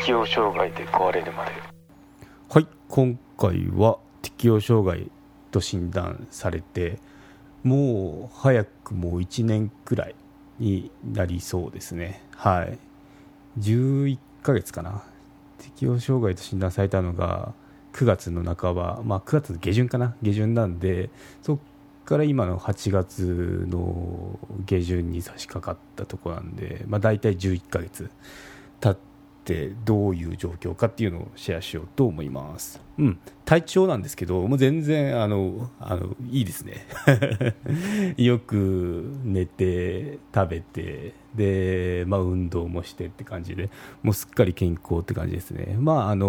適応障害で壊れるまで。 はい、今回は適応障害と診断されてもう早くもう1年くらいになりそうですね。はい、11ヶ月かな。適応障害と診断されたのが9月の半ば、9月の下旬かな、下旬なんで、そっから今の8月の下旬に差し掛かったところなんで、だいたい11ヶ月経ってどういう状況かっていうのをシェアしようと思います。体調なんですけどもう全然いいですねよく寝て食べてで、運動もしてって感じでもうすっかり健康って感じですね。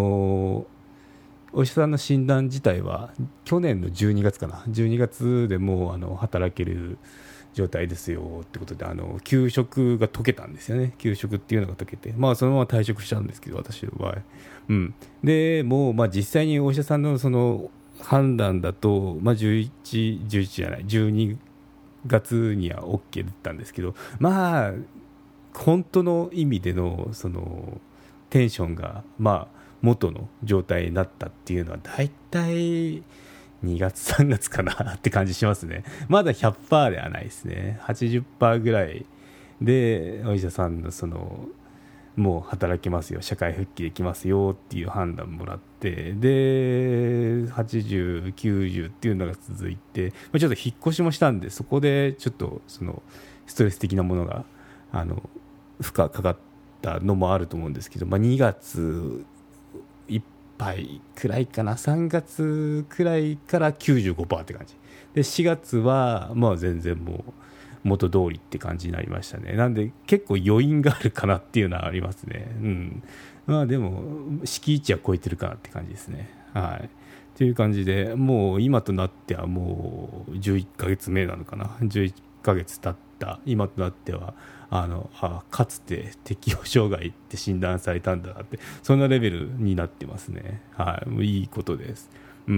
お医者さんの診断自体は去年の12月かな、12月でもう働ける状態ですよってことで休職が解けたんですよね。休職っていうのが解けて、そのまま退職しちゃうんですけど私の場合、でもう実際にお医者さんのその判断だと、11じゃない12月には OK だったんですけど、本当の意味でのそのテンションが元の状態になったっていうのはだいたい2月3月かなって感じしますね。まだ 100% ではないですね。 80% ぐらいでお医者さんのそのもう働けますよ、社会復帰できますよっていう判断もらって、で80、90っていうのが続いて、ちょっと引っ越しもしたんでそこでちょっとそのストレス的なものが負荷かかったのもあると思うんですけど、2月いっぱいくらいかな、3月くらいから 95% って感じで、4月は全然もう元通りって感じになりましたね。なんで結構余韻があるかなっていうのはありますね。でも敷地は超えてるかなって感じですね。はい、っていう感じでもう今となってはもう11ヶ月目なのかな、11ヶ月経った今となってはかつて適応障害って診断されたんだなって、そんなレベルになってますね。いいことです。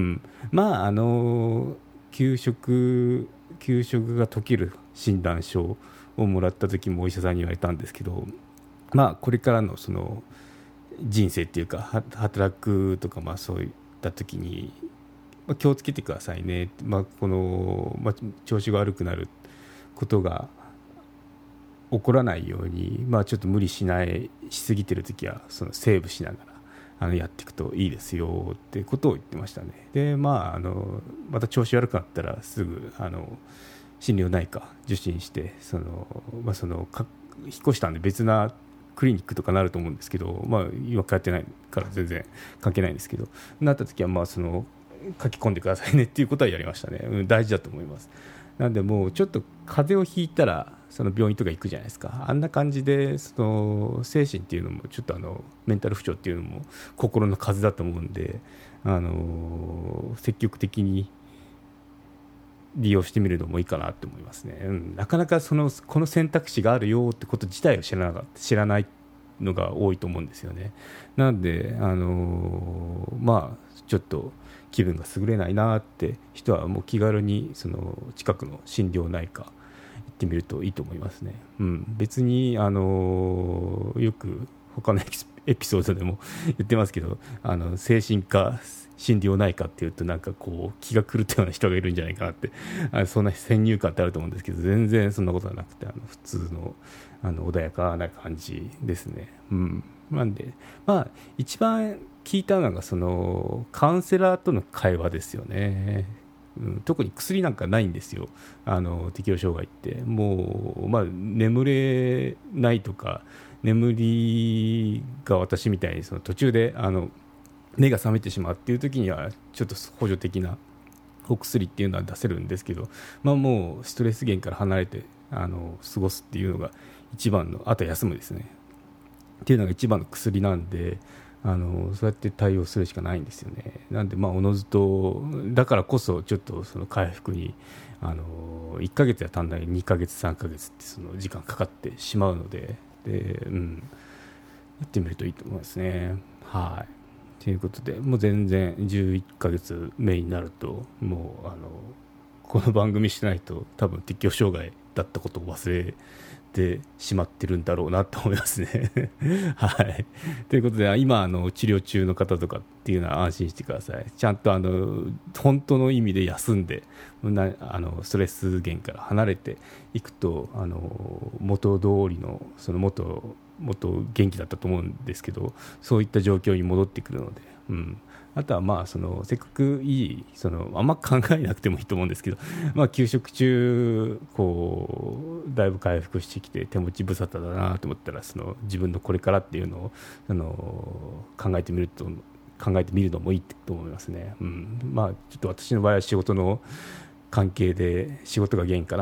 休職が解ける診断書をもらった時もお医者さんに言われたんですけど、これからのその人生っていうか働くとかそういった時に、気をつけてくださいね。この、調子が悪くなることが起こらないように、ちょっと無理しすぎてるときはそのセーブしながらやっていくといいですよってことを言ってましたね。でまた調子悪くなったらすぐ心療内科受診して引っ越したんで別なクリニックとかなると思うんですけど、今通ってないから全然関係ないんですけど、なった時は書き込んでくださいねっていうことはやりましたね。大事だと思います。なんでもうちょっと風邪をひいたらその病院とか行くじゃないですか。あんな感じでその精神っていうのもちょっとメンタル不調っていうのも心の風邪だと思うんで、積極的に利用してみるのもいいかなと思いますね。なかなかこの選択肢があるよってこと自体を知らないのが多いと思うんですよね。なんでちょっと気分が優れないなって人はもう気軽にその近くの心療内科行ってみるといいと思いますね。別によく他のエピソードでも言ってますけど、精神科心療内科っていうとなんかこう気が狂ったような人がいるんじゃないかなってそんな先入観ってあると思うんですけど、全然そんなことはなくて普通の穏やかな感じですね。なんで一番聞いたのがそのカウンセラーとの会話ですよね。特に薬なんかないんですよ。適応障害ってもう、眠れないとか眠りが私みたいにその途中で目が覚めてしまうっていう時にはちょっと補助的なお薬っていうのは出せるんですけど、もうストレス源から離れて過ごすっていうのが一番の、あと休むですねっていうのが一番の薬なんで、そうやって対応するしかないんですよね。なんでおのずとだからこそちょっとその回復に1ヶ月や足んない2ヶ月3ヶ月ってその時間かかってしまうので、やってみるといいと思いますね。ということでもう全然11ヶ月目になるともうこの番組してないと多分適応障害だったことを忘れってしまってるんだろうなと思いますねはい、ということで今治療中の方とかっていうのは安心してください。ちゃんと本当の意味で休んでストレス源から離れていくと元通りのその元元気だったと思うんですけど、そういった状況に戻ってくるので、あとはせっかくいいあんま考えなくてもいいと思うんですけど、休職中だいぶ回復してきて手持ち無沙汰だなと思ったら自分のこれからっていうのを考えてみるのもいいと思いますね。ちょっと私の場合は仕事の関係で仕事が原因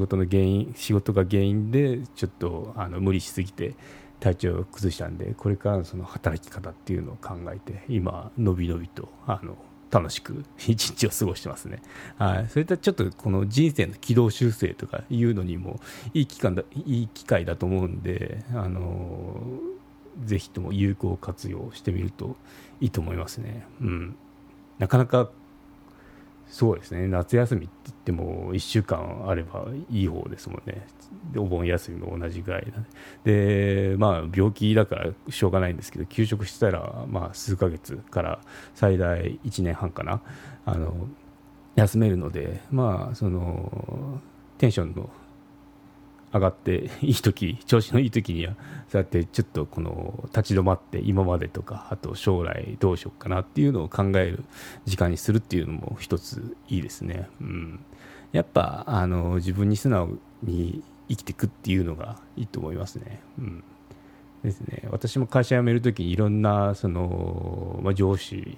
でちょっと無理しすぎて体調を崩したんで、これからのその働き方っていうのを考えて今のびのびと楽しく一日を過ごしてますね。それとちょっとこの人生の軌道修正とかいうのにもいい機会だと思うんで、ぜひとも有効活用してみるといいと思いますね。なかなかそうですね、夏休みって言っても1週間あればいい方ですもんね。お盆休みも同じぐらいで、病気だからしょうがないんですけど、休職したら数ヶ月から最大1年半かな休めるので、テンションの上がって調子のいい時にはそうやってちょっと立ち止まって今までとか、あと将来どうしようかなっていうのを考える時間にするっていうのも一ついいですね。やっぱ自分に素直に生きていくっていうのがいいと思いますね。ですね。私も会社辞めるときにいろんな上司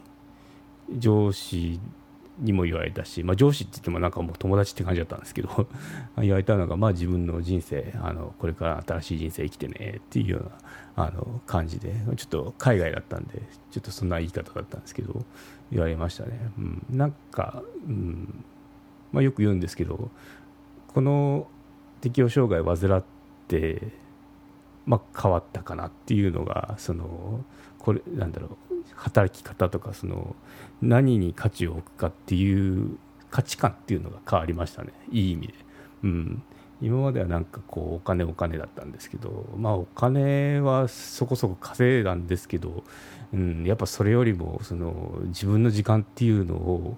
にも言われたし、上司って言ってもなんかもう友達って感じだったんですけど言われたのが、自分の人生これから新しい人生生きてねっていうような感じで、ちょっと海外だったんでちょっとそんな言い方だったんですけど言われましたね。なんか、よく言うんですけど、この適応障害を患って変わったかなっていうのが働き方とか何に価値を置くかっていう価値観っていうのが変わりましたね、いい意味で。今まではなんかお金だったんですけど、お金はそこそこ稼いだんですけど、やっぱそれよりも自分の時間っていうのを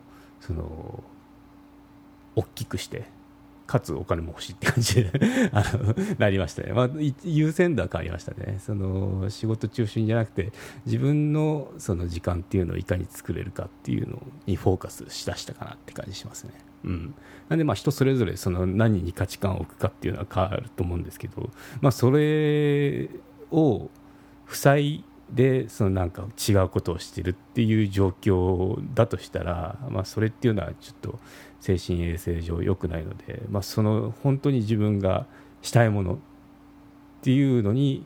大きくしてかつお金も欲しいって感じでなりましたね。優先度は変わりましたね。仕事中心じゃなくて自分の時間っていうのをいかに作れるかっていうのにフォーカスしだしたかなって感じしますね。なんで人それぞれ何に価値観を置くかっていうのは変わると思うんですけど、それを塞いでなんか違うことをしてるっていう状況だとしたら、それっていうのはちょっと精神衛生上良くないので、本当に自分がしたいものっていうのに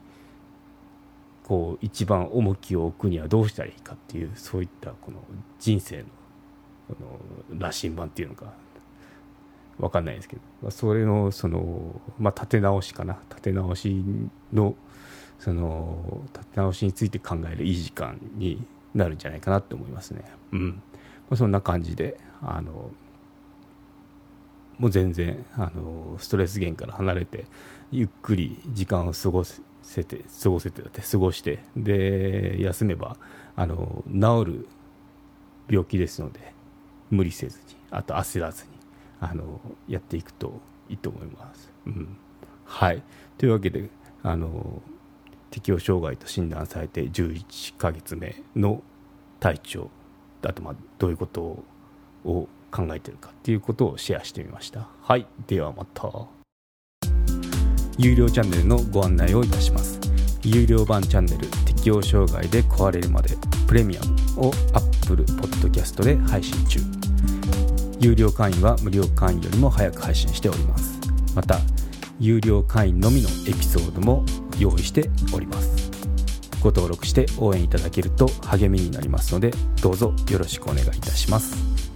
一番重きを置くにはどうしたらいいかっていう、そういった人生の羅針盤っていうのか分かんないですけど、それの立て直しについて考えるいい時間になるんじゃないかなって思いますね。そんな感じでもう全然ストレス源から離れてゆっくり時間を過ごしてで休めば治る病気ですので、無理せずに、あと焦らずにやっていくといいと思います。はい、というわけで適応障害と診断されて11ヶ月目の体調、あとどういうことを考えているかっていうことをシェアしてみました。はい、ではまた。有料チャンネルのご案内をいたします。有料版チャンネル適応障害で壊れるまでプレミアムを Apple Podcast で配信中。有料会員は無料会員よりも早く配信しております。また有料会員のみのエピソードも用意しております。ご登録して応援いただけると励みになりますので、どうぞよろしくお願いいたします。